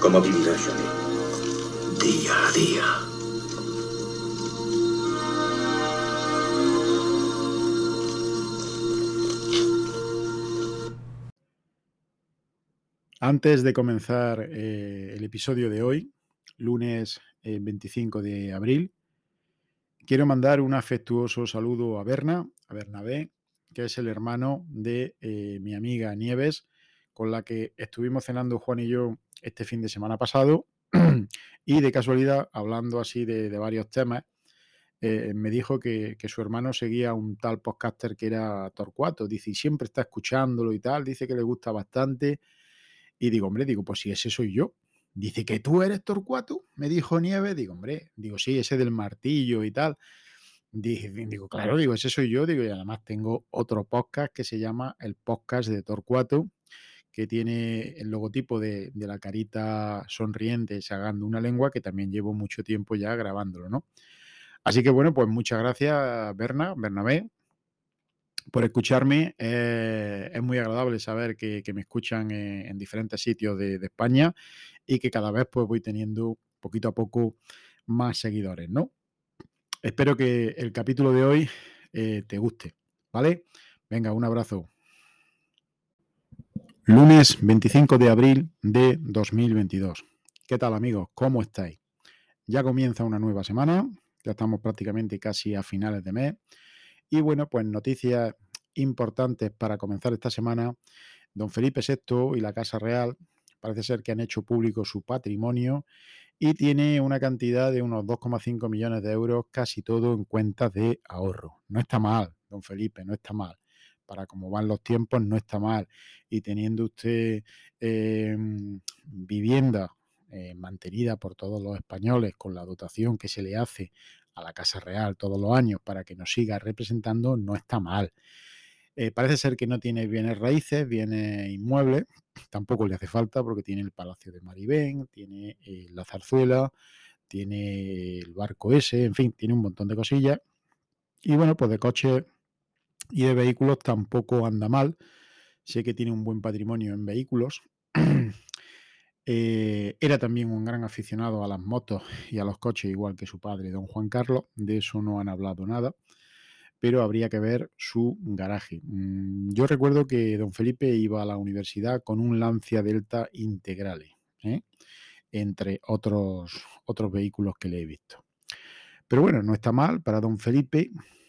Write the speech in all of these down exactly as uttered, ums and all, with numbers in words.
¿Cómo vivirá Johnny? Día a día. Antes de comenzar eh, el episodio de hoy, lunes eh, veinticinco de abril, quiero mandar un afectuoso saludo a Berna, a Bernabé, que es el hermano de eh, mi amiga Nieves, con la que estuvimos cenando Juan y yo este fin de semana pasado, y de casualidad, hablando así de, de varios temas, eh, me dijo que, que su hermano seguía un tal podcaster que era Torcuato, dice, y siempre está escuchándolo y tal, dice que le gusta bastante. Y digo, hombre, digo, pues si ese soy yo. Dice que tú eres Torcuato, me dijo Nieves. Digo, hombre, digo, sí, ese del martillo y tal. Dije, digo, claro, digo, ese soy yo. Digo, y además tengo otro podcast que se llama el podcast de Torcuato, que tiene el logotipo de, de la carita sonriente sacando una lengua, que también llevo mucho tiempo ya grabándolo, ¿no? Así que bueno, pues muchas gracias, Berna, Bernabé, por escucharme. Eh, es muy agradable saber que, que me escuchan en, en diferentes sitios de, de España y que cada vez pues voy teniendo poquito a poco más seguidores, ¿no? Espero que el capítulo de hoy eh, te guste, ¿vale? Venga, un abrazo. Lunes veinticinco de abril de dos mil veintidós. ¿Qué tal, amigos? ¿Cómo estáis? Ya comienza una nueva semana, ya estamos prácticamente casi a finales de mes. Y bueno, pues noticias importantes para comenzar esta semana. Don Felipe sexto y la Casa Real parece ser que han hecho público su patrimonio y tiene una cantidad de unos dos coma cinco millones de euros, casi todo en cuentas de ahorro. No está mal, don Felipe, no está mal. Para cómo van los tiempos, no está mal. Y teniendo usted eh, vivienda eh, mantenida por todos los españoles con la dotación que se le hace a la Casa Real todos los años para que nos siga representando, no está mal. Eh, parece ser que no tiene bienes raíces, bienes inmuebles, tampoco le hace falta porque tiene el Palacio de Maribén, tiene eh, la Zarzuela, tiene el barco ese, en fin, tiene un montón de cosillas. Y bueno, pues de coches y de vehículos tampoco anda mal. Sé que tiene un buen patrimonio en vehículos. eh, era también un gran aficionado a las motos y a los coches, igual que su padre, don Juan Carlos. De eso no han hablado nada, pero habría que ver su garaje. Yo recuerdo que don Felipe iba a la universidad con un Lancia Delta Integrale, ¿eh? entre otros, otros vehículos que le he visto. Pero bueno, no está mal para don Felipe.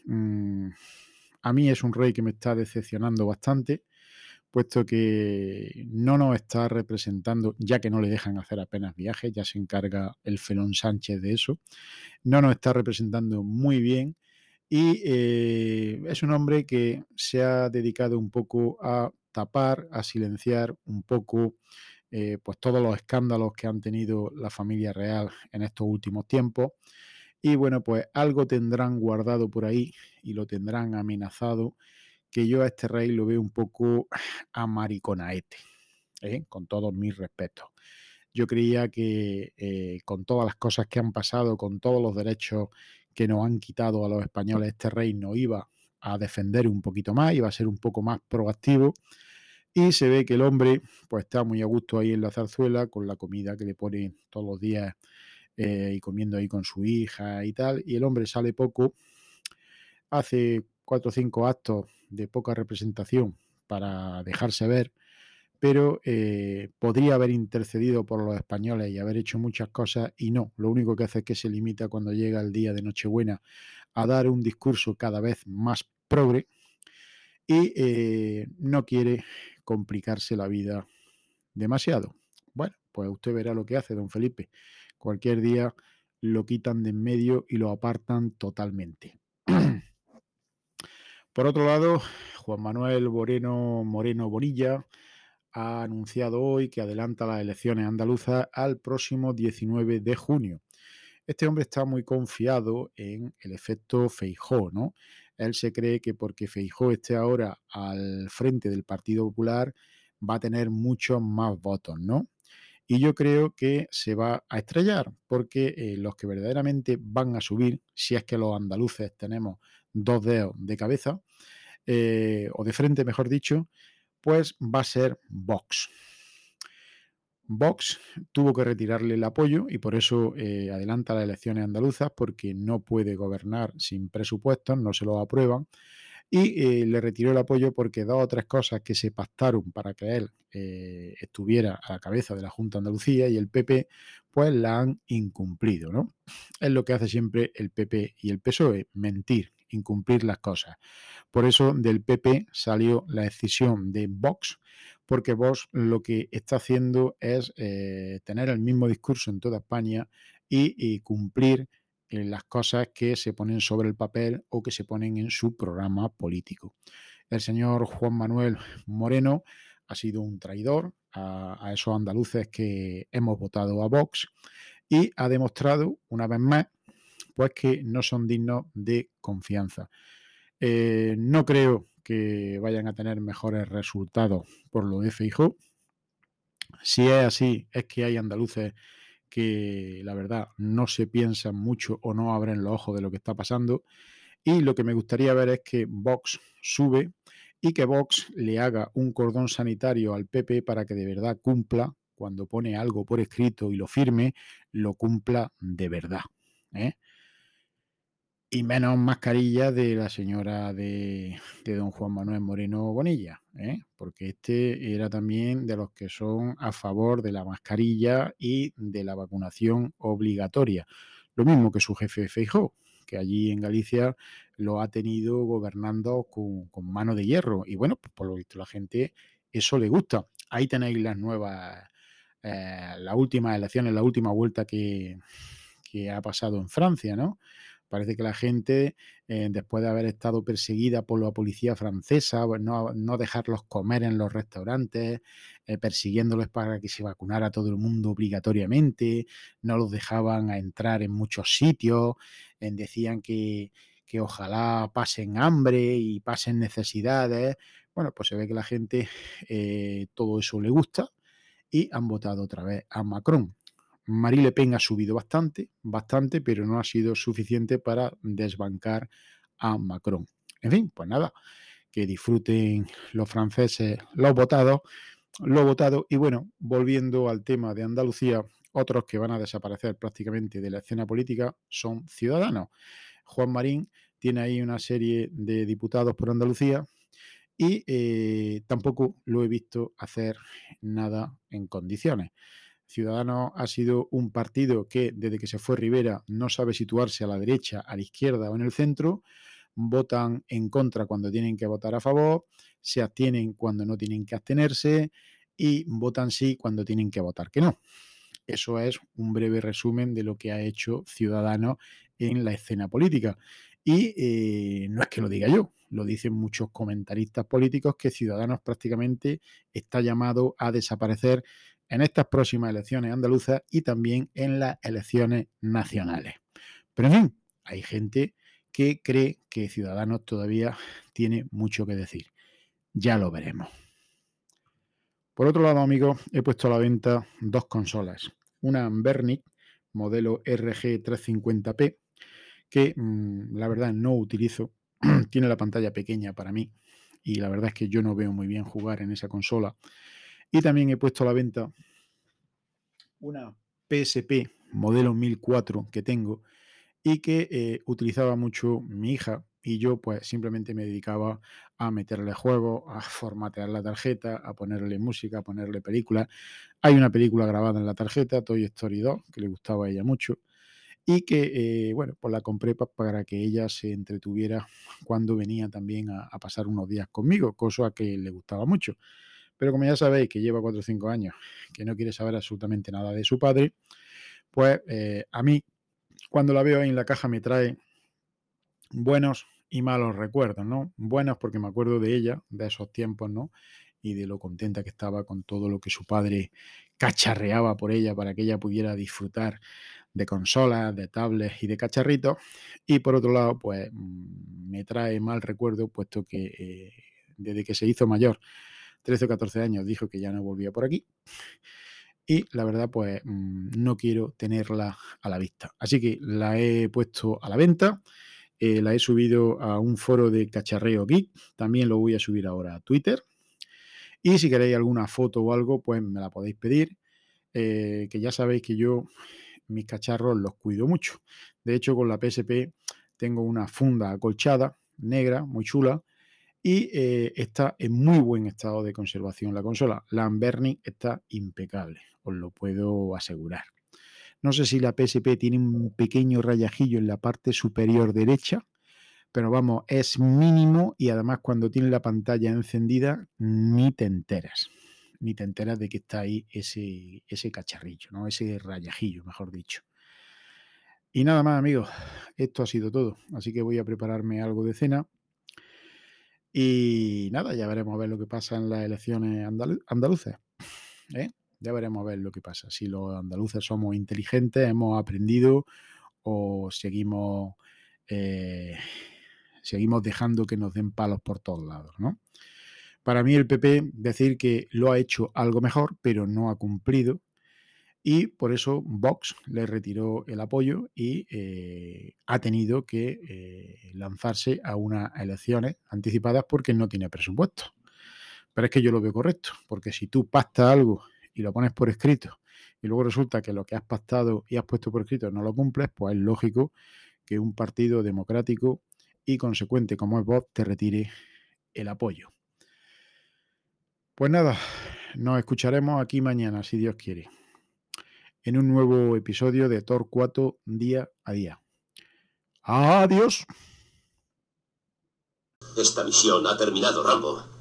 A mí es un rey que me está decepcionando bastante, puesto que no nos está representando, ya que no le dejan hacer apenas viajes, ya se encarga el Felón Sánchez de eso, no nos está representando muy bien. Y eh, es un hombre que se ha dedicado un poco a tapar, a silenciar un poco eh, pues todos los escándalos que han tenido la familia real en estos últimos tiempos. Y bueno, pues algo tendrán guardado por ahí y lo tendrán amenazado, que yo a este rey lo veo un poco amariconaete, ¿eh? Con todos mis respetos. Yo creía que eh, con todas las cosas que han pasado, con todos los derechos que nos han quitado a los españoles, este reino iba a defender un poquito más, iba a ser un poco más proactivo, y se ve que el hombre pues está muy a gusto ahí en la zarzuela con la comida que le pone todos los días eh, y comiendo ahí con su hija y tal, y el hombre sale poco, hace cuatro o cinco actos de poca representación para dejarse ver, pero eh, podría haber intercedido por los españoles y haber hecho muchas cosas, y no, lo único que hace es que se limita cuando llega el día de Nochebuena a dar un discurso cada vez más progre y eh, no quiere complicarse la vida demasiado. Bueno, pues usted verá lo que hace, don Felipe. Cualquier día lo quitan de en medio y lo apartan totalmente. Por otro lado, Juan Manuel Moreno, Moreno Bonilla ha anunciado hoy que adelanta las elecciones andaluzas al próximo diecinueve de junio. Este hombre está muy confiado en el efecto Feijóo, ¿no? Él se cree que porque Feijóo esté ahora al frente del Partido Popular va a tener muchos más votos, ¿no? Y yo creo que se va a estrellar, porque eh, los que verdaderamente van a subir, si es que los andaluces tenemos dos dedos de cabeza, eh, o de frente, mejor dicho, pues va a ser Vox. Vox tuvo que retirarle el apoyo y por eso eh, adelanta las elecciones andaluzas porque no puede gobernar sin presupuestos, no se lo aprueban y eh, le retiró el apoyo porque dos o tres cosas que se pactaron para que él eh, estuviera a la cabeza de la Junta de Andalucía y el P P pues la han incumplido, ¿no? Es lo que hace siempre el P P y el P S O E, mentir, incumplir las cosas. Por eso del P P salió la decisión de Vox, porque Vox lo que está haciendo es eh, tener el mismo discurso en toda España y, y cumplir eh, las cosas que se ponen sobre el papel o que se ponen en su programa político. El señor Juan Manuel Moreno ha sido un traidor a, a esos andaluces que hemos votado a Vox y ha demostrado una vez más pues que no son dignos de confianza. Eh, no creo que vayan a tener mejores resultados por lo de Feijóo. Si es así, es que hay andaluces que la verdad no se piensan mucho o no abren los ojos de lo que está pasando. Y lo que me gustaría ver es que Vox sube y que Vox le haga un cordón sanitario al P P para que de verdad cumpla, cuando pone algo por escrito y lo firme, lo cumpla de verdad. ¿eh? Y menos mascarilla de la señora de, de don Juan Manuel Moreno Bonilla, ¿eh? Porque este era también de los que son a favor de la mascarilla y de la vacunación obligatoria. Lo mismo que su jefe Feijóo, que allí en Galicia lo ha tenido gobernando con, con mano de hierro. Y bueno, pues por lo visto la gente eso le gusta. Ahí tenéis las nuevas, eh, las últimas elecciones, la última vuelta que, que ha pasado en Francia, ¿no? Parece que la gente, eh, después de haber estado perseguida por la policía francesa, pues no, no dejarlos comer en los restaurantes, eh, persiguiéndoles para que se vacunara todo el mundo obligatoriamente, no los dejaban a entrar en muchos sitios, eh, decían que, que ojalá pasen hambre y pasen necesidades. Bueno, pues se ve que la gente eh, todo eso le gusta y han votado otra vez a Macron. Marie Le Pen ha subido bastante, bastante, pero no ha sido suficiente para desbancar a Macron. En fin, pues nada, que disfruten los franceses los votados, lo votado. Y bueno, volviendo al tema de Andalucía, otros que van a desaparecer prácticamente de la escena política son Ciudadanos. Juan Marín tiene ahí una serie de diputados por Andalucía y eh, tampoco lo he visto hacer nada en condiciones. Ciudadanos ha sido un partido que desde que se fue Rivera no sabe situarse a la derecha, a la izquierda o en el centro, votan en contra cuando tienen que votar a favor, se abstienen cuando no tienen que abstenerse y votan sí cuando tienen que votar que no. Eso es un breve resumen de lo que ha hecho Ciudadanos en la escena política. Y eh, no es que lo diga yo, lo dicen muchos comentaristas políticos que Ciudadanos prácticamente está llamado a desaparecer en estas próximas elecciones andaluzas y también en las elecciones nacionales. Pero en fin, hay gente que cree que Ciudadanos todavía tiene mucho que decir. Ya lo veremos. Por otro lado, amigos, he puesto a la venta dos consolas. Una Bernic, modelo R G trescientos cincuenta p, que mmm, la verdad no utilizo. Tiene la pantalla pequeña para mí y la verdad es que yo no veo muy bien jugar en esa consola. Y también he puesto a la venta una P S P modelo mil cuatro que tengo y que eh, utilizaba mucho mi hija y yo pues simplemente me dedicaba a meterle juegos, a formatear la tarjeta, a ponerle música, a ponerle películas. Hay una película grabada en la tarjeta, Toy Story dos, que le gustaba a ella mucho y que, eh, bueno, pues la compré pa- para que ella se entretuviera cuando venía también a, a pasar unos días conmigo, cosa que le gustaba mucho. Pero como ya sabéis que lleva cuatro o cinco años, que no quiere saber absolutamente nada de su padre, pues eh, a mí cuando la veo ahí en la caja me trae buenos y malos recuerdos, ¿no? Buenos porque me acuerdo de ella, de esos tiempos, ¿no? Y de lo contenta que estaba con todo lo que su padre cacharreaba por ella para que ella pudiera disfrutar de consolas, de tablets y de cacharritos. Y por otro lado, pues mm, me trae mal recuerdo, puesto que eh, desde que se hizo mayor, trece o catorce años, dijo que ya no volvía por aquí. Y la verdad, pues mm, no quiero tenerla a la vista. Así que la he puesto a la venta. Eh, la he subido a un foro de Cacharreo Geek, también lo voy a subir ahora a Twitter. Y si queréis alguna foto o algo, pues me la podéis pedir. eh, que ya sabéis que yo mis cacharros los cuido mucho. De hecho, con la P S P tengo una funda acolchada, negra, muy chula, y eh, está en muy buen estado de conservación la consola. La Ambernic está impecable, os lo puedo asegurar. No sé si la P S P tiene un pequeño rayajillo en la parte superior derecha, pero vamos, es mínimo y además cuando tiene la pantalla encendida ni te enteras. Ni te enteras de que está ahí ese, ese cacharrillo, ¿no? Ese rayajillo, mejor dicho. Y nada más, amigos, esto ha sido todo. Así que voy a prepararme algo de cena. Y nada, ya veremos a ver lo que pasa en las elecciones andalu andaluces, ¿eh? Ya veremos a ver lo que pasa. Si los andaluces somos inteligentes, hemos aprendido o seguimos, eh, seguimos dejando que nos den palos por todos lados, ¿no? Para mí el P P, decir que lo ha hecho algo mejor, pero no ha cumplido. Y por eso Vox le retiró el apoyo y eh, ha tenido que eh, lanzarse a unas elecciones anticipadas porque no tiene presupuesto. Pero es que yo lo veo correcto, porque si tú pactas algo y lo pones por escrito y luego resulta que lo que has pactado y has puesto por escrito no lo cumples, pues es lógico que un partido democrático y consecuente como es Vox te retire el apoyo. Pues nada, nos escucharemos aquí mañana, si Dios quiere, en un nuevo episodio de Torcuato Día a Día. ¡Adiós! Esta misión ha terminado, Rambo.